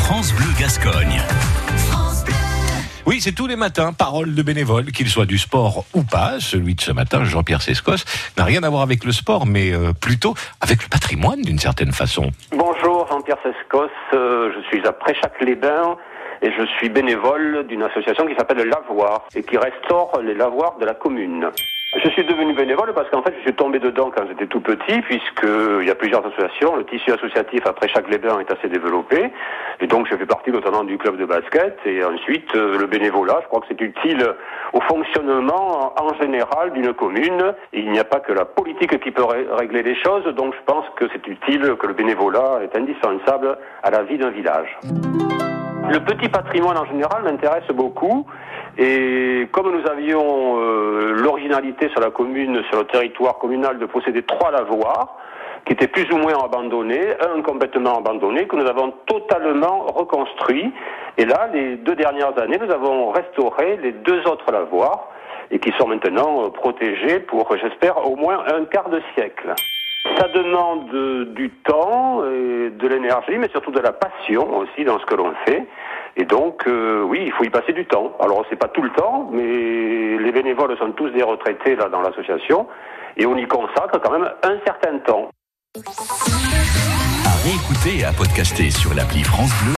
France Bleu Gascogne. Oui, c'est tous les matins, parole de bénévole, qu'il soit du sport ou pas. Celui de ce matin, Jean-Pierre Sescos, n'a rien à voir avec le sport, mais plutôt avec le patrimoine d'une certaine façon. Bonjour, Jean-Pierre Sescos, je suis à Préchac-les-Bains et je suis bénévole d'une association qui s'appelle Lavoir et qui restaure les lavoirs de la commune. Je suis devenu bénévole parce qu'en fait je suis tombé dedans quand j'étais tout petit, puisqu'il y a plusieurs associations, le tissu associatif à Préchac-les-Bains est assez développé, et donc je fais partie notamment du club de basket, et ensuite le bénévolat, je crois que c'est utile au fonctionnement en général d'une commune, et il n'y a pas que la politique qui peut régler les choses, donc je pense que c'est utile, que le bénévolat est indispensable à la vie d'un village. Le petit patrimoine en général m'intéresse beaucoup, et comme nous avions l'originalité sur la commune, sur le territoire communal, de posséder 3 lavoirs qui étaient plus ou moins abandonnés, un complètement abandonné, que nous avons totalement reconstruit. Et là, les 2 dernières années, nous avons restauré les 2 autres lavoirs et qui sont maintenant protégés pour, j'espère, au moins un quart de siècle. Ça demande du temps et de l'énergie, mais surtout de la passion aussi dans ce que l'on fait. Et donc, oui, il faut y passer du temps. Alors, c'est pas tout le temps, mais les bénévoles sont tous des retraités là dans l'association, et on y consacre quand même un certain temps. À réécouter et à podcaster sur l'appli France Bleu.